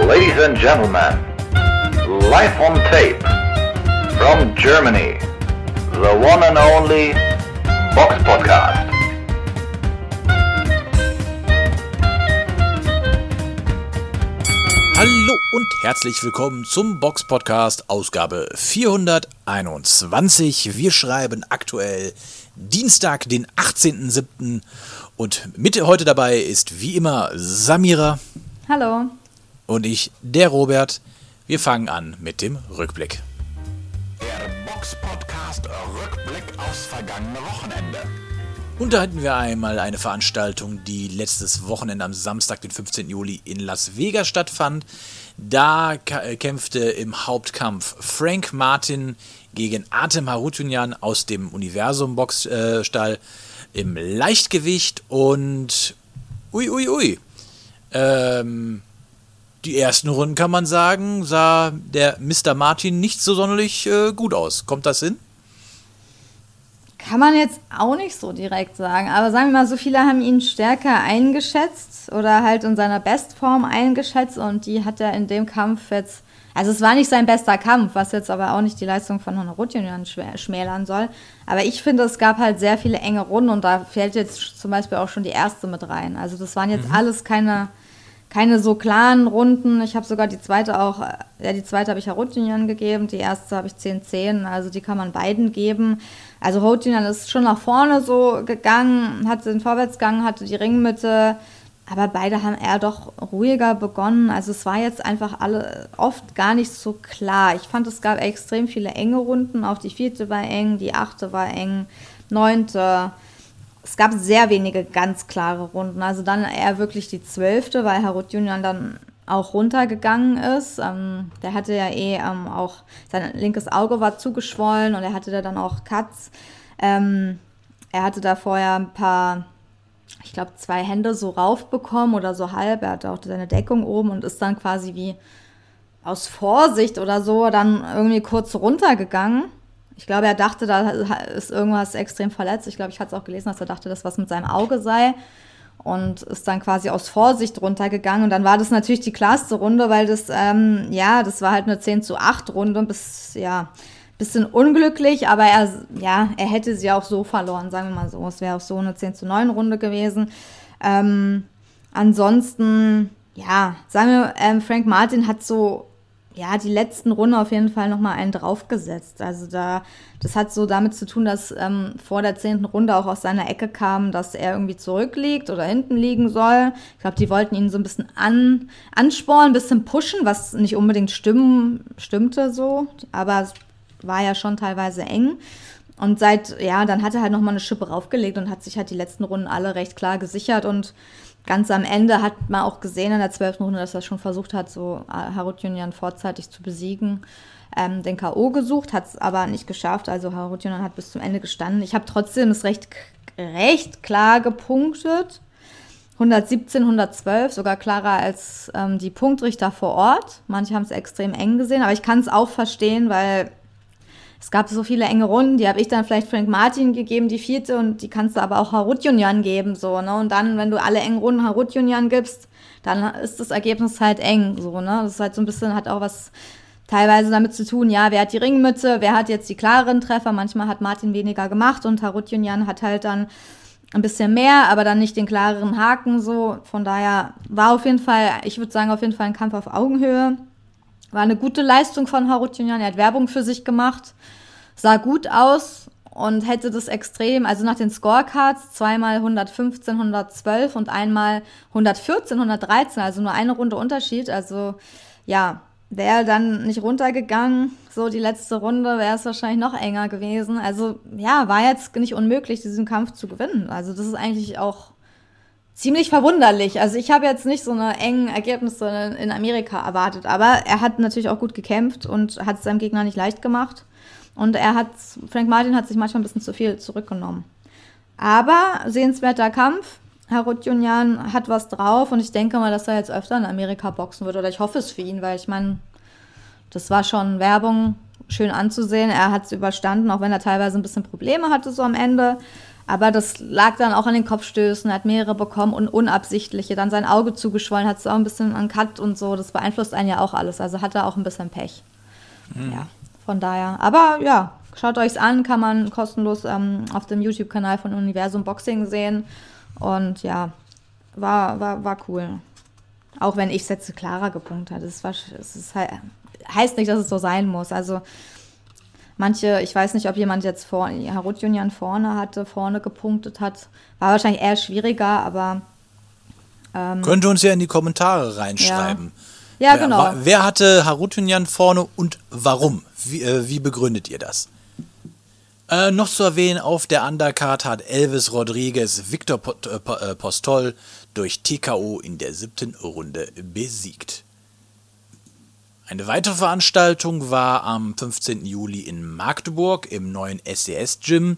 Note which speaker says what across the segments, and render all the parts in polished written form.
Speaker 1: Ladies and gentlemen, live on tape from Germany, the one and only Box Podcast.
Speaker 2: Hallo und herzlich willkommen zum Box Podcast, Ausgabe 421. Wir schreiben aktuell Dienstag, den 18.07. und mit heute dabei ist wie immer Samira.
Speaker 3: Hallo.
Speaker 2: Und ich, der Robert. Wir fangen an mit dem Rückblick.
Speaker 1: Der Box Podcast Rückblick aufs vergangene Wochenende.
Speaker 2: Und da hatten wir einmal eine Veranstaltung, die letztes Wochenende am Samstag, den 15. Juli in Las Vegas stattfand. Da kämpfte im Hauptkampf Frank Martin gegen Artem Harutyunyan aus dem Universum-Boxstall im Leichtgewicht und die ersten Runden, kann man sagen, sah der Mr. Martin nicht so sonderlich gut aus. Kommt das hin?
Speaker 3: Kann man jetzt auch nicht so direkt sagen, aber sagen wir mal, so viele haben ihn stärker eingeschätzt oder halt in seiner Bestform eingeschätzt und die hat er in dem Kampf jetzt, also es war nicht sein bester Kampf, was jetzt aber auch nicht die Leistung von Harutyunyan schmälern soll, aber ich finde, es gab halt sehr viele enge Runden und da fällt jetzt zum Beispiel auch schon die erste mit rein, also das waren jetzt alles keine so klaren Runden. Ich habe sogar die zweite habe ich Harutyunyan gegeben, die erste habe ich 10-10, also die kann man beiden geben. Also Harutyunyan ist schon nach vorne so gegangen, hatte den Vorwärtsgang, hatte die Ringmitte, aber beide haben eher doch ruhiger begonnen. Also es war jetzt einfach oft gar nicht so klar. Ich fand, es gab extrem viele enge Runden, auch die 4. war eng, die 8. war eng, 9. Es gab sehr wenige ganz klare Runden, also dann eher wirklich die 12., weil Harutyunyan dann auch runtergegangen ist. Der hatte ja auch, sein linkes Auge war zugeschwollen und er hatte da dann auch Cuts. Er hatte da vorher ein paar, ich glaube 2 Hände so raufbekommen oder so halb. Er hatte auch seine Deckung oben und ist dann quasi wie aus Vorsicht oder so dann irgendwie kurz runtergegangen. Ich glaube, er dachte, da ist irgendwas extrem verletzt. Ich glaube, ich hatte es auch gelesen, dass er dachte, dass was mit seinem Auge sei. Und ist dann quasi aus Vorsicht runtergegangen. Und dann war das natürlich die klarste Runde, weil das war halt eine 10-8 Runde. Bisschen unglücklich, aber er hätte sie auch so verloren, sagen wir mal so. Es wäre auch so eine 10-9 Runde gewesen. Ansonsten, sagen wir, Frank Martin hat so, die letzten Runde auf jeden Fall nochmal einen draufgesetzt. Also das hat so damit zu tun, dass vor der 10. Runde auch aus seiner Ecke kam, dass er irgendwie zurückliegt oder hinten liegen soll. Ich glaube, die wollten ihn so ein bisschen anspornen, ein bisschen pushen, was nicht unbedingt stimmte so, aber es war ja schon teilweise eng. Und dann hat er halt nochmal eine Schippe raufgelegt und hat sich halt die letzten Runden alle recht klar gesichert und ganz am Ende hat man auch gesehen in der 12. Runde, dass er schon versucht hat, so Harutyunyan vorzeitig zu besiegen. Den K.O. gesucht, hat es aber nicht geschafft. Also Harutyunyan hat bis zum Ende gestanden. Ich habe trotzdem es recht klar gepunktet. 117, 112, sogar klarer als die Punktrichter vor Ort. Manche haben es extrem eng gesehen, aber ich kann es auch verstehen, weil es gab so viele enge Runden, die habe ich dann vielleicht Frank Martin gegeben, die 4. und die kannst du aber auch Harutyunyan geben, so, ne? Und dann, wenn du alle engen Runden Harutyunyan gibst, dann ist das Ergebnis halt eng, so, ne? Das ist halt so ein bisschen, hat auch was teilweise damit zu tun, wer hat die Ringmitte, wer hat jetzt die klareren Treffer, manchmal hat Martin weniger gemacht und Harutyunyan hat halt dann ein bisschen mehr, aber dann nicht den klareren Haken, so. Von daher war auf jeden Fall, ich würde sagen, auf jeden Fall ein Kampf auf Augenhöhe. War eine gute Leistung von Harutyunyan, er hat Werbung für sich gemacht, sah gut aus und hätte das extrem, also nach den Scorecards, zweimal 115, 112 und einmal 114, 113, also nur eine Runde Unterschied, also wäre dann nicht runtergegangen, so die letzte Runde wäre es wahrscheinlich noch enger gewesen, also war jetzt nicht unmöglich, diesen Kampf zu gewinnen, also das ist eigentlich auch ziemlich verwunderlich. Also ich habe jetzt nicht so eine engen Ergebnisse in Amerika erwartet, aber er hat natürlich auch gut gekämpft und hat es seinem Gegner nicht leicht gemacht. Und Frank Martin hat sich manchmal ein bisschen zu viel zurückgenommen. Aber sehenswerter Kampf. Harutyunyan hat was drauf und ich denke mal, dass er jetzt öfter in Amerika boxen wird. Oder ich hoffe es für ihn, weil ich meine, das war schon Werbung, schön anzusehen. Er hat es überstanden, auch wenn er teilweise ein bisschen Probleme hatte so am Ende. Aber das lag dann auch an den Kopfstößen, er hat mehrere bekommen und unabsichtliche, dann sein Auge zugeschwollen, hat es auch ein bisschen an Cut und so, das beeinflusst einen ja auch alles, also hat er auch ein bisschen Pech. Ja, von daher, aber ja, schaut euch's an, kann man kostenlos auf dem YouTube-Kanal von Universum Boxing sehen und ja, war cool. Auch wenn ich Sätze klarer gepunktet habe, es ist halt, heißt nicht, dass es so sein muss, also manche, ich weiß nicht, ob jemand jetzt Harutjunjan vorne gepunktet hat. War wahrscheinlich eher schwieriger, aber
Speaker 2: Könnt ihr uns ja in die Kommentare reinschreiben.
Speaker 3: Ja, genau.
Speaker 2: Wer hatte Harutjunjan vorne und warum? Wie begründet ihr das? Noch zu erwähnen, auf der Undercard hat Elvis Rodriguez Victor Postol durch TKO in der 7. Runde besiegt. Eine weitere Veranstaltung war am 15. Juli in Magdeburg im neuen SES-Gym.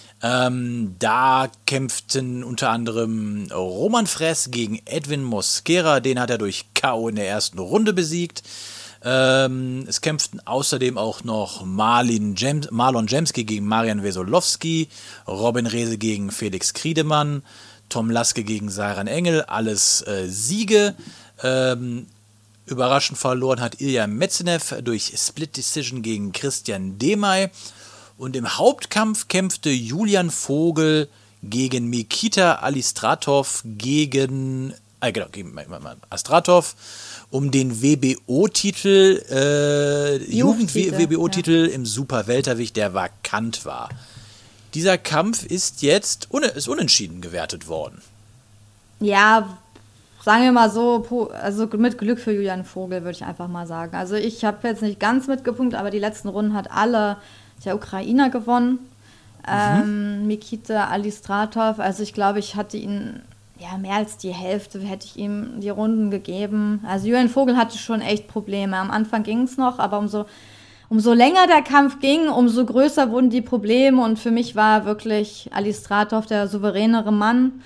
Speaker 2: Da kämpften unter anderem Roman Fress gegen Edwin Mosquera. Den hat er durch K.O. in der ersten Runde besiegt. Es kämpften außerdem auch noch Marlon Jemski gegen Marian Wesolowski, Robin Reese gegen Felix Kriedemann, Tom Laske gegen Seiran Engel. Alles Siege. Überraschend verloren hat Ilja Metzenev durch Split Decision gegen Christian Demay. Und im Hauptkampf kämpfte Julian Vogel gegen Mikita Alistratov gegen Astratov um den WBO-Titel, Jugend-WBO-Titel im Super-Weltergewicht, der vakant war. Dieser Kampf ist jetzt unentschieden gewertet worden.
Speaker 3: Ja, sagen wir mal so, also mit Glück für Julian Vogel, würde ich einfach mal sagen. Also ich habe jetzt nicht ganz mitgepunktet, aber die letzten Runden hat alle der Ukrainer gewonnen. Mikita Alistratov, also ich glaube, ich hatte ihn, ja, mehr als die Hälfte hätte ich ihm die Runden gegeben. Also Julian Vogel hatte schon echt Probleme. Am Anfang ging es noch, aber umso länger der Kampf ging, umso größer wurden die Probleme und für mich war wirklich Alistratov der souveränere Mann.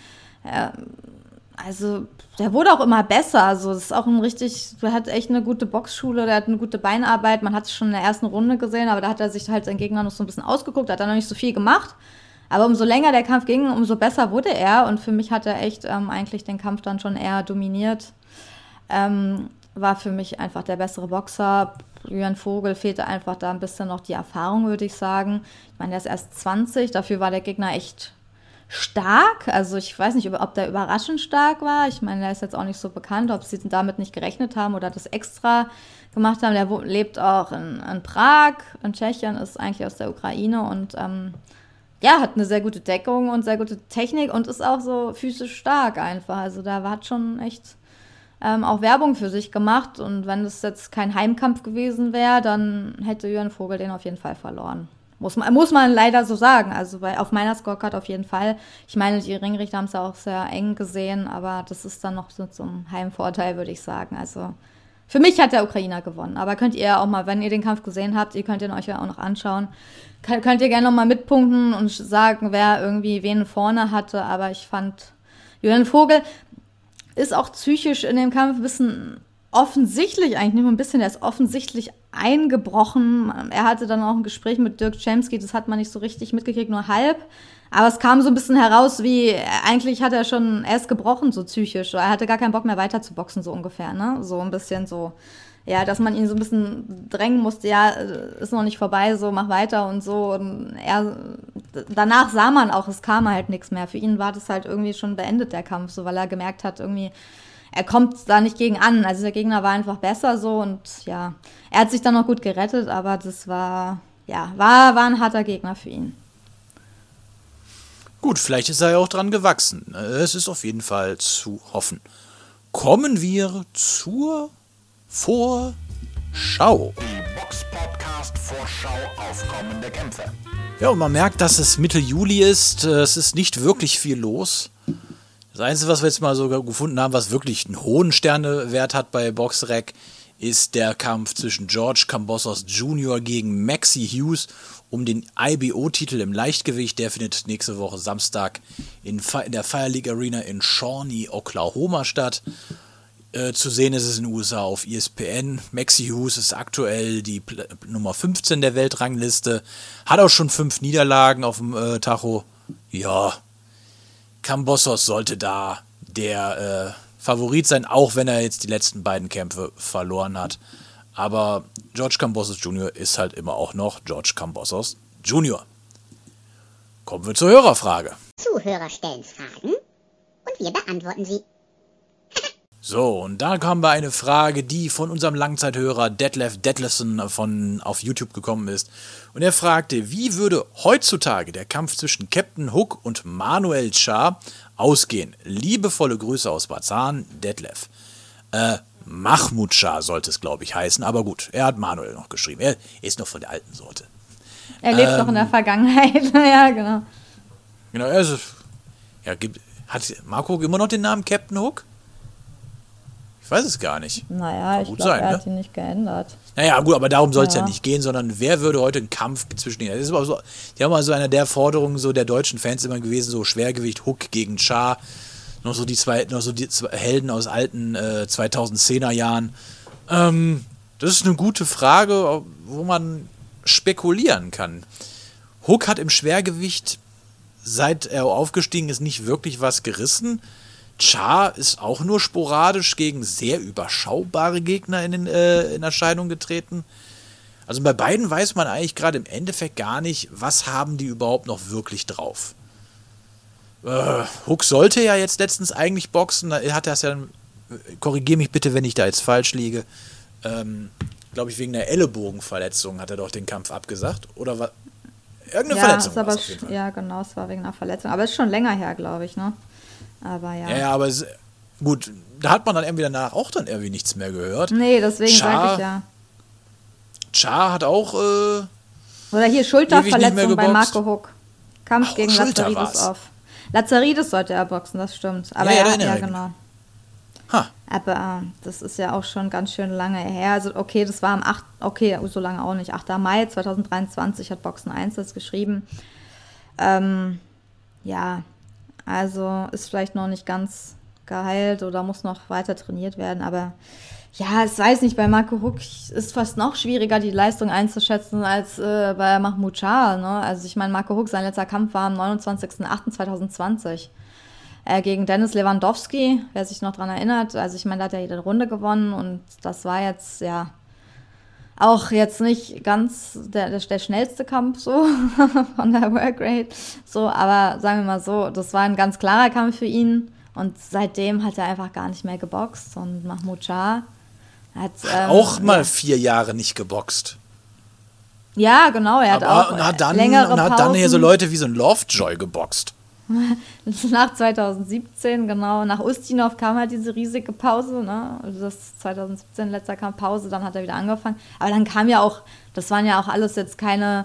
Speaker 3: Also der wurde auch immer besser, also das ist auch der hat echt eine gute Boxschule, der hat eine gute Beinarbeit, man hat es schon in der ersten Runde gesehen, aber da hat er sich halt seinen Gegner noch so ein bisschen ausgeguckt, hat dann noch nicht so viel gemacht, aber umso länger der Kampf ging, umso besser wurde er und für mich hat er echt eigentlich den Kampf dann schon eher dominiert, war für mich einfach der bessere Boxer. Julian Vogel fehlte einfach da ein bisschen noch die Erfahrung, würde ich sagen. Ich meine, der ist erst 20, dafür war der Gegner echt stark, also ich weiß nicht, ob der überraschend stark war. Ich meine, der ist jetzt auch nicht so bekannt, ob sie damit nicht gerechnet haben oder das extra gemacht haben. Der lebt auch in Prag, in Tschechien, ist eigentlich aus der Ukraine und hat eine sehr gute Deckung und sehr gute Technik und ist auch so physisch stark einfach. Also da hat schon echt auch Werbung für sich gemacht und wenn das jetzt kein Heimkampf gewesen wäre, dann hätte Julian Vogel den auf jeden Fall verloren. Muss man leider so sagen. Also auf meiner Scorecard auf jeden Fall. Ich meine, die Ringrichter haben es ja auch sehr eng gesehen, aber das ist dann noch so zum Heimvorteil, würde ich sagen. Also für mich hat der Ukrainer gewonnen. Aber könnt ihr auch mal, wenn ihr den Kampf gesehen habt, ihr könnt ihn euch ja auch noch anschauen, könnt ihr gerne noch mal mitpunkten und sagen, wer irgendwie wen vorne hatte. Aber ich fand, Julian Vogel ist auch psychisch in dem Kampf ein bisschen offensichtlich, eigentlich nicht nur ein bisschen, er ist offensichtlich eingebrochen. Er hatte dann auch ein Gespräch mit Dirk Chemsky, das hat man nicht so richtig mitgekriegt, nur halb. Aber es kam so ein bisschen heraus, wie eigentlich er ist gebrochen, so psychisch. Er hatte gar keinen Bock mehr weiter zu boxen, so ungefähr, ne? So ein bisschen so, ja, dass man ihn so ein bisschen drängen musste, ja, ist noch nicht vorbei, so, mach weiter und so. Und danach sah man auch, es kam halt nichts mehr. Für ihn war das halt irgendwie schon beendet, der Kampf, so, weil er gemerkt hat, irgendwie, er kommt da nicht gegen an. Also der Gegner war einfach besser so und ja, er hat sich dann noch gut gerettet, aber das war ein harter Gegner für ihn.
Speaker 2: Gut, vielleicht ist er ja auch dran gewachsen. Es ist auf jeden Fall zu hoffen. Kommen wir zur Vorschau.
Speaker 1: Die Box-Podcast-Vorschau auf kommende Kämpfe.
Speaker 2: Ja, und man merkt, dass es Mitte Juli ist. Es ist nicht wirklich viel los. Das Einzige, was wir jetzt mal sogar gefunden haben, was wirklich einen hohen Sternewert hat bei BoxRec, ist der Kampf zwischen George Kambosos Jr. gegen Maxie Hughes um den IBO-Titel im Leichtgewicht. Der findet nächste Woche Samstag in der Fire League Arena in Shawnee, Oklahoma statt. Zu sehen ist es in den USA auf ESPN. Maxie Hughes ist aktuell die Nummer 15 der Weltrangliste, hat auch schon 5 Niederlagen auf dem Tacho. Ja, Kambosos sollte da der Favorit sein, auch wenn er jetzt die letzten beiden Kämpfe verloren hat. Aber George Kambosos Jr. ist halt immer auch noch George Kambosos Jr. Kommen wir zur Hörerfrage.
Speaker 4: Zuhörer stellen Fragen und wir beantworten sie.
Speaker 2: So, und da kam bei eine Frage, die von unserem Langzeithörer Detlef Detlefson auf YouTube gekommen ist. Und er fragte, wie würde heutzutage der Kampf zwischen Captain Hook und Manuel Cha ausgehen? Liebevolle Grüße aus Bazan, Detlef. Mahmoud Cha sollte es, glaube ich, heißen, aber gut, er hat Manuel noch geschrieben. Er ist noch von der alten Sorte.
Speaker 3: Er lebt noch in der Vergangenheit. Ja, genau.
Speaker 2: Genau, also, ja, hat Marco immer noch den Namen Captain Hook? Ich weiß es gar nicht.
Speaker 3: Naja, ich glaube, er hat ihn nicht geändert.
Speaker 2: Naja, gut, aber darum soll es ja nicht gehen, sondern wer würde heute einen Kampf zwischen ihnen? Das ist aber so, die haben mal so eine der Forderungen so der deutschen Fans immer gewesen, so Schwergewicht Hook gegen Cha, noch so die zwei Helden aus alten 2010er Jahren. Das ist eine gute Frage, wo man spekulieren kann. Hook hat im Schwergewicht, seit er aufgestiegen ist, nicht wirklich was gerissen. Cha ist auch nur sporadisch gegen sehr überschaubare Gegner in Erscheinung getreten. Also bei beiden weiß man eigentlich gerade im Endeffekt gar nicht, was haben die überhaupt noch wirklich drauf. Hook sollte ja jetzt letztens eigentlich boxen, da hat er es ja, korrigiere mich bitte, wenn ich da jetzt falsch liege, glaube ich wegen der Ellenbogenverletzung hat er doch den Kampf abgesagt, oder was? Irgendeine Verletzung war es auf jeden Fall.
Speaker 3: Ja, genau, es war wegen einer Verletzung, aber es ist schon länger her, glaube ich, ne? Aber ja.
Speaker 2: Ja, aber gut, da hat man dann irgendwie danach auch dann irgendwie nichts mehr gehört.
Speaker 3: Nee, deswegen sage ich ja.
Speaker 2: Cha hat auch
Speaker 3: oder hier Schulterverletzung bei Marco Hook. Kampf gegen Lazaridis auf. Lazaridis sollte er boxen, das stimmt. Aber ja, genau. Aber das ist ja auch schon ganz schön lange her. Also okay, das war am 8. Okay, so lange auch nicht. 8. Mai 2023 hat Boxen 1 das geschrieben. Ja, also ist vielleicht noch nicht ganz geheilt oder muss noch weiter trainiert werden. Aber ja, ich weiß nicht, bei Marco Hook ist fast noch schwieriger, die Leistung einzuschätzen als bei Mahmoud Cha. Ne? Also ich meine, Marco Hook, sein letzter Kampf war am 29.08.2020 gegen Dennis Lewandowski, wer sich noch dran erinnert. Also ich meine, da hat er jede Runde gewonnen und das war jetzt ja auch jetzt nicht ganz der schnellste Kampf so von der Workrate. So, aber sagen wir mal so, das war ein ganz klarer Kampf für ihn und seitdem hat er einfach gar nicht mehr geboxt und Mahmoud Cha hat
Speaker 2: auch mal 4 Jahre nicht geboxt.
Speaker 3: Ja, genau, er hat auch längere Pausen. Hat dann hier
Speaker 2: so Leute wie so ein Lovejoy geboxt.
Speaker 3: Nach 2017, genau, nach Ustinov kam halt diese riesige Pause, ne? Also das 2017 letzter Kampf Pause, dann hat er wieder angefangen. Aber dann kam ja auch, das waren ja auch alles jetzt keine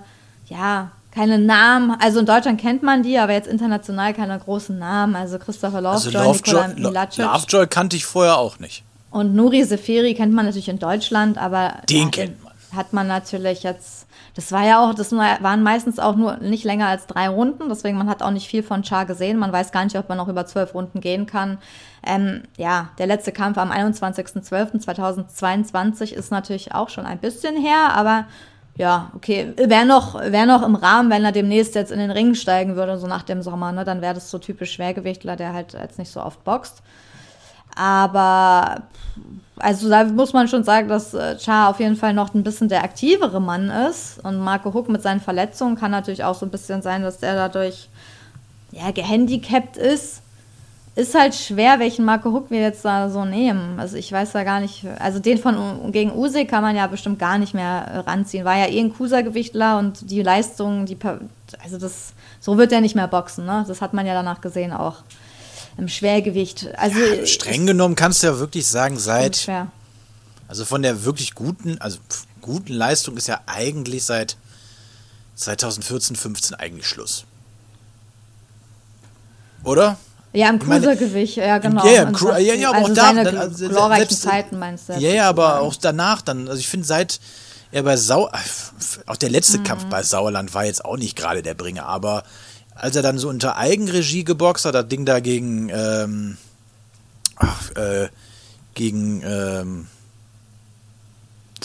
Speaker 3: Namen. Also in Deutschland kennt man die, aber jetzt international keine großen Namen. Also Christopher Lovejoy, Nikola Milacic.
Speaker 2: Lovejoy kannte ich vorher auch nicht.
Speaker 3: Und Nuri Seferi kennt man natürlich in Deutschland, aber
Speaker 2: den kennt man.
Speaker 3: Hat man natürlich jetzt, das waren meistens auch nur nicht länger als 3 Runden, deswegen man hat auch nicht viel von Cha gesehen. Man weiß gar nicht, ob man noch über 12 Runden gehen kann. Ja, der letzte Kampf am 21.12.2022 ist natürlich auch schon ein bisschen her, aber ja, okay, wäre noch im Rahmen, wenn er demnächst jetzt in den Ring steigen würde, so nach dem Sommer, ne? Dann wäre das so typisch Schwergewichtler, der halt jetzt nicht so oft boxt. Aber also da muss man schon sagen, dass Cha auf jeden Fall noch ein bisschen der aktivere Mann ist. Und Marco Hook mit seinen Verletzungen kann natürlich auch so ein bisschen sein, dass der dadurch gehandicapt ist. Ist halt schwer, welchen Marco Hook wir jetzt da so nehmen. Also ich weiß da gar nicht, also den gegen Usyk kann man ja bestimmt gar nicht mehr ranziehen. War ja ein Cruisergewichtler und die Leistung, so wird er nicht mehr boxen, ne? Das hat man ja danach gesehen auch. Im Schwergewicht. Also
Speaker 2: streng genommen kannst du ja wirklich sagen, also von der wirklich guten Leistung ist ja eigentlich seit 2014, 15 eigentlich Schluss. Oder?
Speaker 3: Ja, im Cruisergewicht, ja genau.
Speaker 2: Aber also auch da,
Speaker 3: glorreichen Zeiten meinst du?
Speaker 2: Ja, aber auch danach dann, also ich finde, seit er bei auch der letzte Kampf bei Sauerland war jetzt auch nicht gerade der Bringer, aber als er dann so unter Eigenregie geboxt hat, das Ding da gegen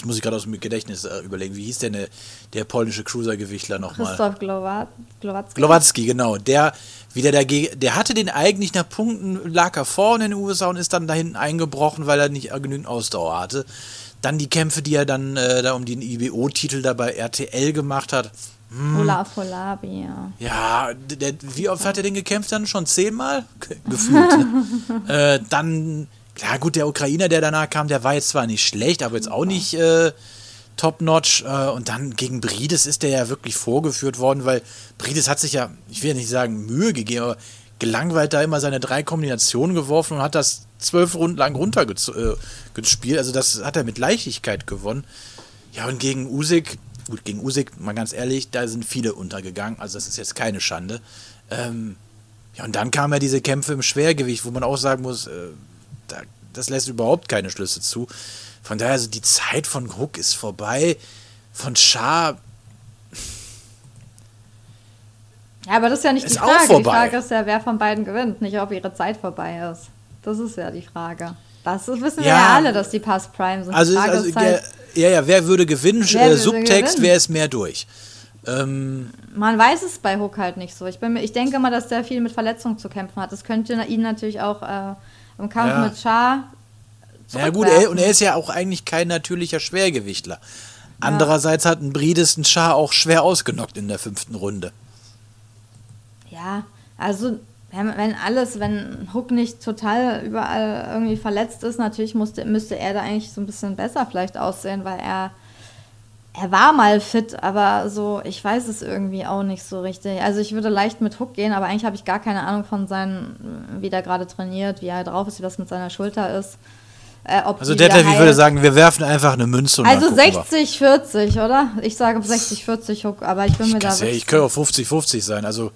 Speaker 2: Jetzt muss ich gerade aus dem Gedächtnis überlegen, wie hieß denn der polnische Cruisergewichtler nochmal?
Speaker 3: Christoph Glowacki.
Speaker 2: Glowacki, genau. Der hatte den eigentlich nach Punkten, lag er vorne in den USA und ist dann da hinten eingebrochen, weil er nicht genügend Ausdauer hatte. Dann die Kämpfe, die er dann da um den IBO-Titel da bei RTL gemacht hat.
Speaker 3: Olaf Holabi, ja.
Speaker 2: Ja, wie oft hat er den gekämpft dann? Schon 10-mal? Gefühlt. Dann, klar gut, der Ukrainer, der danach kam, der war jetzt zwar nicht schlecht, aber jetzt auch nicht top-notch. Und dann gegen Briedis ist der ja wirklich vorgeführt worden, weil Briedis hat sich ja, ich will ja nicht sagen Mühe gegeben, aber gelangweilt da immer seine 3 Kombinationen geworfen und hat das 12 Runden lang runtergespielt. Also das hat er mit Leichtigkeit gewonnen. Ja, und gegen Usyk, mal ganz ehrlich, da sind viele untergegangen. Also das ist jetzt keine Schande. Ja, und dann kamen ja diese Kämpfe im Schwergewicht, wo man auch sagen muss, das lässt überhaupt keine Schlüsse zu. Von daher, also die Zeit von Hook ist vorbei. Von Shah
Speaker 3: Ja, aber das ist ja nicht die
Speaker 2: ist
Speaker 3: Frage.
Speaker 2: auch vorbei.
Speaker 3: Die Frage ist ja, wer von beiden gewinnt, nicht ob ihre Zeit vorbei ist. Das ist ja die Frage. Das wissen wir ja alle, dass die Past Prime sind.
Speaker 2: Also,
Speaker 3: Die Frage ist halt,
Speaker 2: wer würde gewinnen?
Speaker 3: Wer würde
Speaker 2: Subtext,
Speaker 3: gewinnen?
Speaker 2: wer ist mehr durch?
Speaker 3: man weiß es bei Hook halt nicht so. Ich denke mal, dass der viel mit Verletzungen zu kämpfen hat. Das könnte ihn natürlich auch im Kampf mit Shah
Speaker 2: Ja gut, und er ist ja auch eigentlich kein natürlicher Schwergewichtler. Andererseits hat ein Briedis einen Shah auch schwer ausgenockt in der 5. Runde.
Speaker 3: Ja, also wenn Hook nicht total überall irgendwie verletzt ist, natürlich müsste er da eigentlich so ein bisschen besser vielleicht aussehen, weil er war mal fit, aber so, ich weiß es irgendwie auch nicht so richtig. Also ich würde leicht mit Hook gehen, aber eigentlich habe ich gar keine Ahnung von wie der gerade trainiert, wie er drauf ist, wie das mit seiner Schulter ist.
Speaker 2: Also Detlef, ich würde sagen, wir werfen einfach eine Münze und
Speaker 3: also
Speaker 2: dann gucken
Speaker 3: 60-40, oder? Ich sage 60-40 Hook, aber ich bin mir da
Speaker 2: wir. Ich könnte auch 50-50 sein, also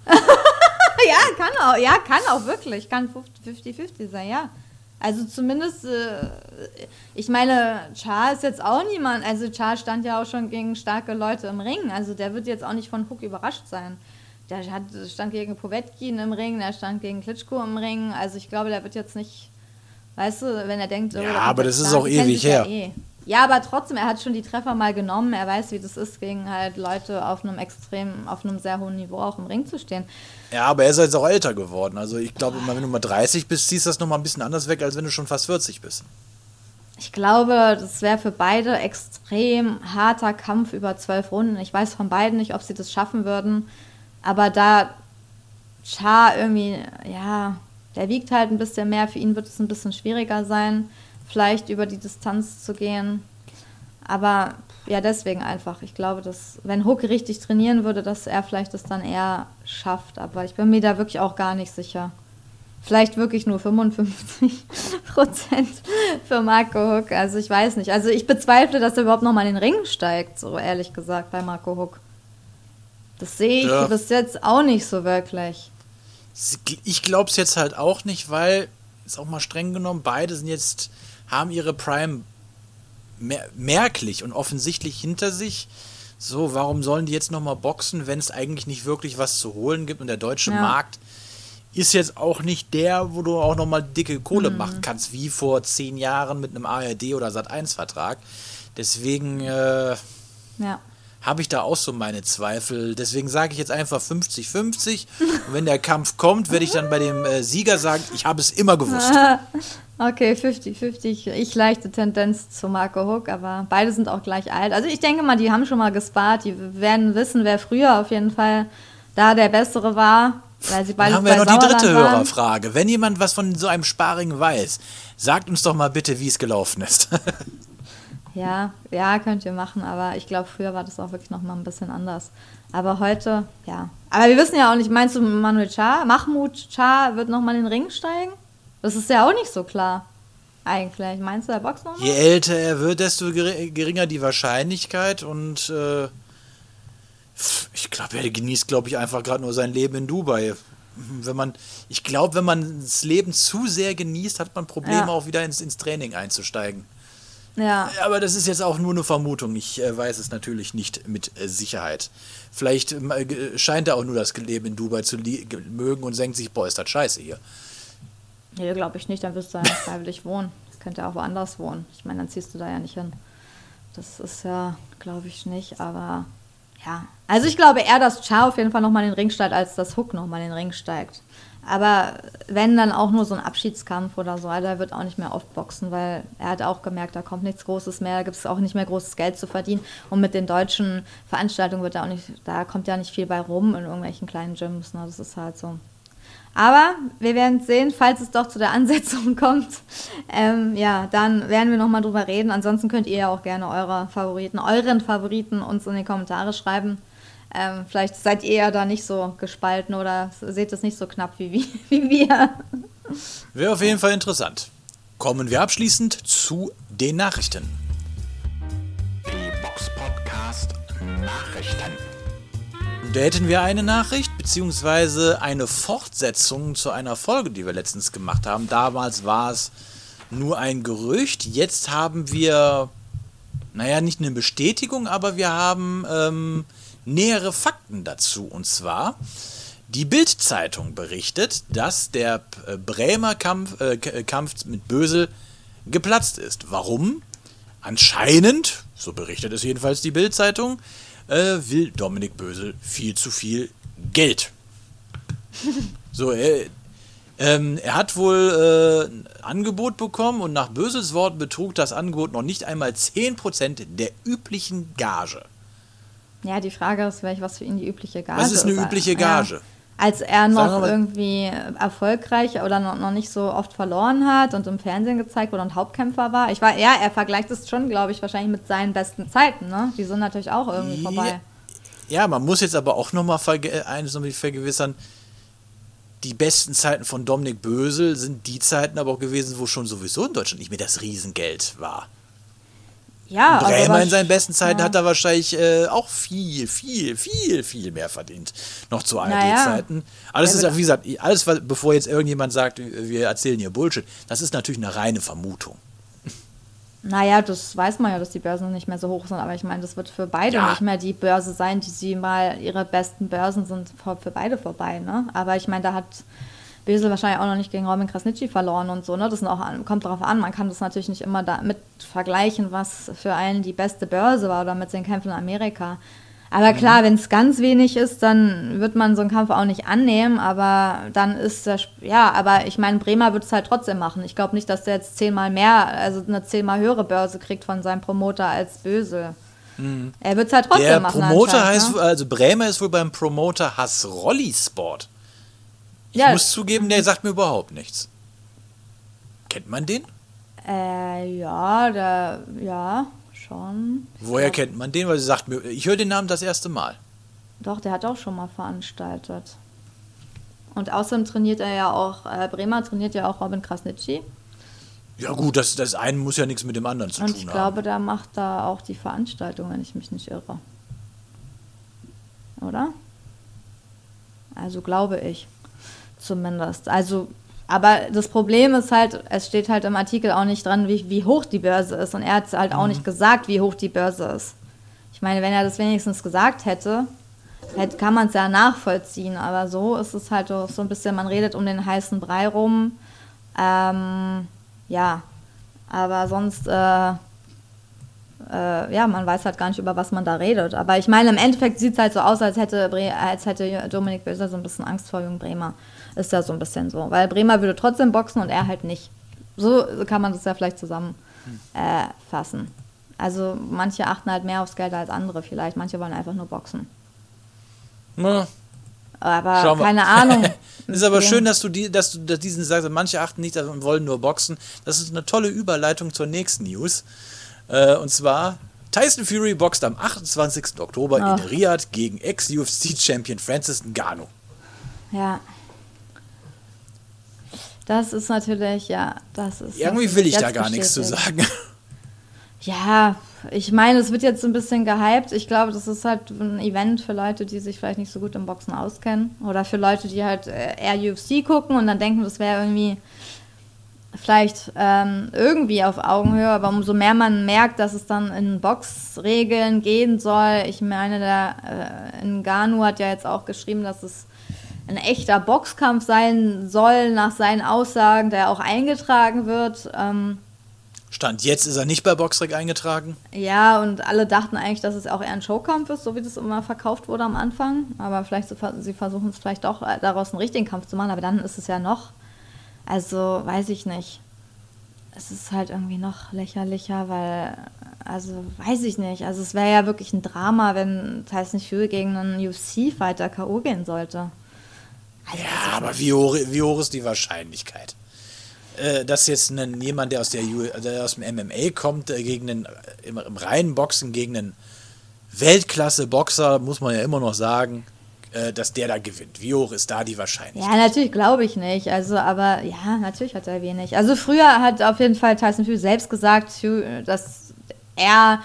Speaker 3: kann auch wirklich, kann 50-50 sein, ja. Also zumindest, ich meine, Shah ist jetzt auch niemand, also Shah stand ja auch schon gegen starke Leute im Ring, also der wird jetzt auch nicht von Hook überrascht sein. Der stand gegen Povetkin im Ring, der stand gegen Klitschko im Ring, also ich glaube, der wird jetzt nicht, weißt du, wenn er denkt...
Speaker 2: Ja, aber das ist auch ewig her.
Speaker 3: Ja, aber trotzdem, er hat schon die Treffer mal genommen, er weiß, wie das ist, gegen halt Leute auf einem sehr hohen Niveau auch im Ring zu stehen.
Speaker 2: Ja, aber er ist jetzt auch älter geworden. Also ich glaube, wenn du mal 30 bist, ziehst du das nochmal ein bisschen anders weg, als wenn du schon fast 40 bist.
Speaker 3: Ich glaube, das wäre für beide extrem harter Kampf über 12 Runden. Ich weiß von beiden nicht, ob sie das schaffen würden. Aber da Shah irgendwie, ja, der wiegt halt ein bisschen mehr. Für ihn wird es ein bisschen schwieriger sein, vielleicht über die Distanz zu gehen. Aber ja, deswegen einfach. Ich glaube, dass, wenn Hook richtig trainieren würde, dass er vielleicht das dann eher schafft. Aber ich bin mir da wirklich auch gar nicht sicher. Vielleicht wirklich nur 55% für Marco Hook. Also ich weiß nicht. Also ich bezweifle, dass er überhaupt noch mal in den Ring steigt, so ehrlich gesagt, bei Marco Hook. Das sehe ich bis jetzt auch nicht so wirklich.
Speaker 2: Ich glaube es jetzt halt auch nicht, weil, ist auch mal streng genommen, beide haben ihre Prime merklich und offensichtlich hinter sich. So, warum sollen die jetzt nochmal boxen, wenn es eigentlich nicht wirklich was zu holen gibt? Und der deutsche Markt ist jetzt auch nicht der, wo du auch nochmal dicke Kohle machen kannst, wie vor 10 Jahren mit einem ARD- oder Sat.1-Vertrag. Deswegen habe ich da auch so meine Zweifel. Deswegen sage ich jetzt einfach 50-50. Und wenn der Kampf kommt, werde ich dann bei dem Sieger sagen, ich habe es immer gewusst.
Speaker 3: Okay, 50-50. Ich leichte Tendenz zu Marco Hook, aber beide sind auch gleich alt. Also ich denke mal, die haben schon mal gespart. Die werden wissen, wer früher auf jeden Fall da der Bessere war. Weil sie beide
Speaker 2: Dann haben wir
Speaker 3: bei
Speaker 2: noch die
Speaker 3: Sauerland
Speaker 2: dritte
Speaker 3: waren.
Speaker 2: Hörerfrage. Wenn jemand was von so einem Sparring weiß, sagt uns doch mal bitte, wie es gelaufen ist.
Speaker 3: Ja, könnt ihr machen, aber ich glaube, früher war das auch wirklich noch mal ein bisschen anders. Aber heute, ja. Aber wir wissen ja auch nicht, meinst du, Mahmoud Shah wird noch mal in den Ring steigen? Das ist ja auch nicht so klar, eigentlich. Meinst du, der boxt noch mal?
Speaker 2: Je älter er wird, desto geringer die Wahrscheinlichkeit und ich glaube, er genießt, einfach gerade nur sein Leben in Dubai. Wenn man das Leben zu sehr genießt, hat man Probleme, auch wieder ins Training einzusteigen.
Speaker 3: Ja.
Speaker 2: Aber das ist jetzt auch nur eine Vermutung. Ich weiß es natürlich nicht mit Sicherheit. Vielleicht scheint er auch nur das Leben in Dubai zu mögen und denkt sich, boah, ist das scheiße hier.
Speaker 3: Nee, glaube ich nicht. Dann wirst du ja freiwillig wohnen. Das könnte auch woanders wohnen. Ich meine, dann ziehst du da ja nicht hin. Das ist ja, glaube ich, nicht, aber ja. Also ich glaube eher, dass Cha auf jeden Fall nochmal in den Ring steigt, als dass Hook nochmal in den Ring steigt. Aber wenn, dann auch nur so ein Abschiedskampf oder so. Also er wird auch nicht mehr oft boxen, weil er hat auch gemerkt, da kommt nichts Großes mehr, da gibt es auch nicht mehr großes Geld zu verdienen. Und mit den deutschen Veranstaltungen wird da kommt ja nicht viel bei rum in irgendwelchen kleinen Gyms. Ne? Das ist halt so. Aber wir werden sehen, falls es doch zu der Ansetzung kommt. Dann werden wir nochmal drüber reden. Ansonsten könnt ihr ja auch gerne euren Favoriten uns in die Kommentare schreiben. Vielleicht seid ihr ja da nicht so gespalten oder seht es nicht so knapp wie wir.
Speaker 2: Wäre auf jeden Fall interessant. Kommen wir abschließend zu den Nachrichten.
Speaker 1: Die Box Podcast Nachrichten.
Speaker 2: Da hätten wir eine Nachricht, beziehungsweise eine Fortsetzung zu einer Folge, die wir letztens gemacht haben. Damals war es nur ein Gerücht. Jetzt haben wir, nicht eine Bestätigung, aber wir haben nähere Fakten dazu. Und zwar, die Bild-Zeitung berichtet, dass der Bremer Kampf mit Bösel geplatzt ist. Warum? Anscheinend, so berichtet es jedenfalls die Bild-Zeitung, will Dominik Bösel viel zu viel Geld. So, er hat wohl ein Angebot bekommen und nach Bösels Worten betrug das Angebot noch nicht einmal 10% der üblichen Gage.
Speaker 3: Ja, die Frage ist vielleicht, was für ihn die übliche Gage ist.
Speaker 2: Was ist eine übliche Gage?
Speaker 3: Ja. Als er noch irgendwie erfolgreich oder noch nicht so oft verloren hat und im Fernsehen gezeigt wurde und Hauptkämpfer war. Er vergleicht es schon, glaube ich, wahrscheinlich mit seinen besten Zeiten, ne? Die sind natürlich auch irgendwie vorbei.
Speaker 2: Ja, man muss jetzt aber auch nochmal eines noch vergewissern, die besten Zeiten von Dominik Bösel sind die Zeiten aber auch gewesen, wo schon sowieso in Deutschland nicht mehr das Riesengeld war.
Speaker 3: Ja,
Speaker 2: Bremer in seinen besten Zeiten hat er wahrscheinlich auch viel mehr verdient. Noch zu ARD-Zeiten. Alles ist ja, wie gesagt, bevor jetzt irgendjemand sagt, wir erzählen hier Bullshit, das ist natürlich eine reine Vermutung.
Speaker 3: Naja, das weiß man ja, dass die Börsen nicht mehr so hoch sind, aber ich meine, das wird für beide nicht mehr die Börse sein, die sie mal, ihre besten Börsen sind für beide vorbei, ne? Aber ich meine, da hat Bösel wahrscheinlich auch noch nicht gegen Robin Krasniqi verloren und so, ne? Das kommt darauf an, man kann das natürlich nicht immer damit vergleichen, was für einen die beste Börse war oder mit den Kämpfen in Amerika. Aber klar, wenn es ganz wenig ist, dann wird man so einen Kampf auch nicht annehmen, aber dann ist aber ich meine, Bremer wird es halt trotzdem machen. Ich glaube nicht, dass der jetzt 10-mal mehr, also eine 10-mal höhere Börse kriegt von seinem Promoter als Bösel. Er wird es halt trotzdem machen.
Speaker 2: Der Promoter heißt, also Bremer ist wohl beim Promoter Hasrolli Sport. Ich muss zugeben, der sagt mir überhaupt nichts. Kennt man den?
Speaker 3: Schon.
Speaker 2: Woher kennt man den? Weil sie sagt mir, ich höre den Namen das erste Mal.
Speaker 3: Doch, der hat auch schon mal veranstaltet. Und außerdem trainiert er ja auch, Bremer trainiert ja auch Robin Krasniqi.
Speaker 2: Ja gut, das eine muss ja nichts mit dem anderen zu tun haben.
Speaker 3: Und ich glaube, der macht da auch die Veranstaltung, wenn ich mich nicht irre. Oder? Also glaube ich. Zumindest. Also, aber das Problem ist halt, es steht halt im Artikel auch nicht dran, wie hoch die Börse ist. Und er hat halt auch nicht gesagt, wie hoch die Börse ist. Ich meine, wenn er das wenigstens gesagt hätte, kann man es ja nachvollziehen. Aber so ist es halt so ein bisschen, man redet um den heißen Brei rum. Aber sonst, man weiß halt gar nicht, über was man da redet. Aber ich meine, im Endeffekt sieht es halt so aus, als hätte Dominik Bösel so ein bisschen Angst vor Jürgen Bremer. Ist ja so ein bisschen so. Weil Bremer würde trotzdem boxen und er halt nicht. So kann man das ja vielleicht zusammenfassen. Also manche achten halt mehr aufs Geld als andere vielleicht. Manche wollen einfach nur boxen.
Speaker 2: Na,
Speaker 3: aber keine Ahnung.
Speaker 2: Ist aber schön, dass du diesen sagst, manche achten nicht und wollen nur boxen. Das ist eine tolle Überleitung zur nächsten News. Und zwar, Tyson Fury boxt am 28. Oktober in Riyadh gegen Ex-UFC-Champion Francis Ngannou.
Speaker 3: Ja. Das ist natürlich,
Speaker 2: irgendwie will ich da gar nichts zu sagen.
Speaker 3: Ja, ich meine, es wird jetzt so ein bisschen gehypt. Ich glaube, das ist halt ein Event für Leute, die sich vielleicht nicht so gut im Boxen auskennen. Oder für Leute, die halt eher UFC gucken und dann denken, das wäre irgendwie vielleicht irgendwie auf Augenhöhe. Aber umso mehr man merkt, dass es dann in Boxregeln gehen soll. Ich meine, der Ngannou hat ja jetzt auch geschrieben, dass es ein echter Boxkampf sein soll, nach seinen Aussagen, der auch eingetragen wird.
Speaker 2: Stand jetzt ist er nicht bei Boxrec eingetragen.
Speaker 3: Ja, und alle dachten eigentlich, dass es auch eher ein Showkampf ist, so wie das immer verkauft wurde am Anfang. Aber vielleicht sie versuchen es vielleicht auch daraus einen richtigen Kampf zu machen, aber dann ist es ja noch, also weiß ich nicht. Es ist halt irgendwie noch lächerlicher, weil, also weiß ich nicht. Also es wäre ja wirklich ein Drama, wenn Tyson Fury gegen einen UFC-Fighter K.O. gehen sollte. Also,
Speaker 2: ja, aber wie hoch ist die Wahrscheinlichkeit? Dass jetzt jemand, der aus dem MMA kommt, im reinen Boxen gegen einen Weltklasse-Boxer, muss man ja immer noch sagen, dass der da gewinnt. Wie hoch ist da die Wahrscheinlichkeit?
Speaker 3: Ja, natürlich glaube ich nicht. Also, aber ja, natürlich hat er wenig. Also früher hat auf jeden Fall Tyson Fury selbst gesagt, dass der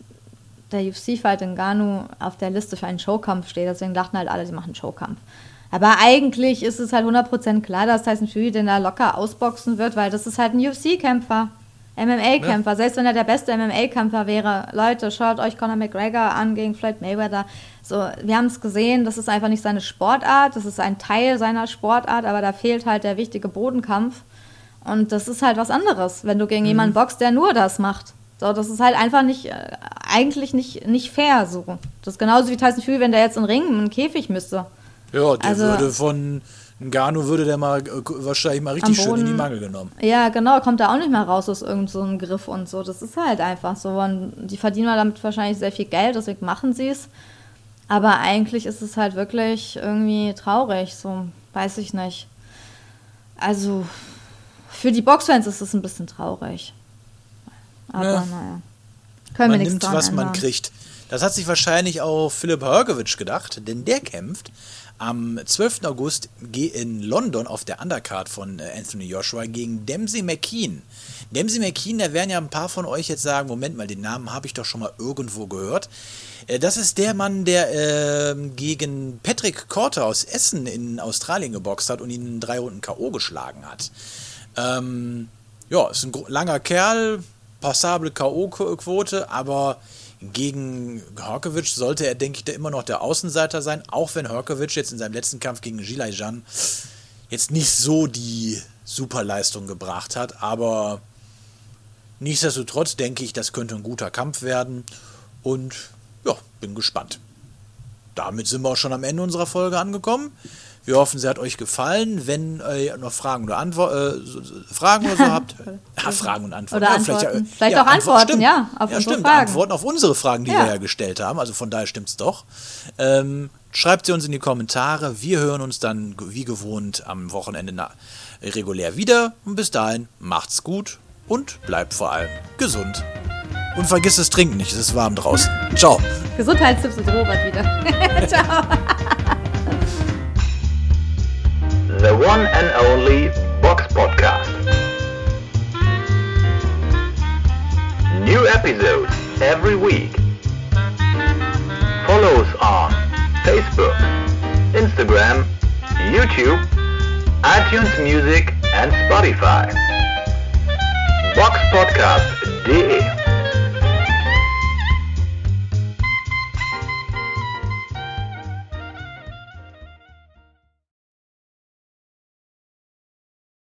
Speaker 3: UFC-Fight Ngannou auf der Liste für einen Showkampf steht. Deswegen dachten halt alle, sie machen einen Showkampf. Aber eigentlich ist es halt 100% klar, dass Tyson Fury den da locker ausboxen wird, weil das ist halt ein UFC-Kämpfer, MMA-Kämpfer. Ja. Selbst wenn er der beste MMA-Kämpfer wäre, Leute, schaut euch Conor McGregor an gegen Floyd Mayweather. So, wir haben es gesehen, das ist einfach nicht seine Sportart, das ist ein Teil seiner Sportart, aber da fehlt halt der wichtige Bodenkampf. Und das ist halt was anderes, wenn du gegen jemanden boxst, der nur das macht. So, das ist halt einfach eigentlich nicht fair. So. Das ist genauso wie Tyson Fury, wenn der jetzt in den Ring, in einen Käfig müsste.
Speaker 2: Ja, würde von Ngannou würde der mal wahrscheinlich mal richtig schön in die Mangel genommen.
Speaker 3: Ja, genau, kommt da auch nicht mehr raus aus irgendeinem so einem Griff und so. Das ist halt einfach so. Und die verdienen damit wahrscheinlich sehr viel Geld, deswegen machen sie es. Aber eigentlich ist es halt wirklich irgendwie traurig, so, weiß ich nicht. Also, für die Boxfans ist es ein bisschen traurig. Aber naja, können wir nichts dran ändern. Man nimmt, was man kriegt.
Speaker 2: Das hat sich wahrscheinlich auch Filip Hrgović gedacht, denn der kämpft am 12. August in London auf der Undercard von Anthony Joshua gegen Dempsey McKean. Dempsey McKean, da werden ja ein paar von euch jetzt sagen, Moment mal, den Namen habe ich doch schon mal irgendwo gehört. Das ist der Mann, der gegen Patrick Korte aus Essen in Australien geboxt hat und ihn in 3 Runden K.O. geschlagen hat. Ist ein langer Kerl, passable K.O.-Quote, aber gegen Hrgović sollte er, denke ich, immer noch der Außenseiter sein, auch wenn Hrgović jetzt in seinem letzten Kampf gegen Zhilei Zhang jetzt nicht so die Superleistung gebracht hat, aber nichtsdestotrotz denke ich, das könnte ein guter Kampf werden und ja, bin gespannt. Damit sind wir auch schon am Ende unserer Folge angekommen. Wir hoffen, sie hat euch gefallen. Wenn ihr noch Fragen oder Fragen oder so habt. Fragen und Antworten.
Speaker 3: Oder Antworten. Vielleicht auch Antworten, auf unsere Fragen.
Speaker 2: Antworten auf unsere Fragen, die wir ja gestellt haben. Also von daher stimmt's doch. Schreibt sie uns in die Kommentare. Wir hören uns dann wie gewohnt am Wochenende regulär wieder. Und bis dahin, macht's gut und bleibt vor allem gesund. Und vergiss das Trinken nicht, es ist warm draußen. Ciao.
Speaker 3: Gesundheitstipps mit Robert wieder. Ciao.
Speaker 1: The one and only Box Podcast. New episodes every week. Follow us on Facebook, Instagram, YouTube, iTunes Music and Spotify. Boxpodcast.de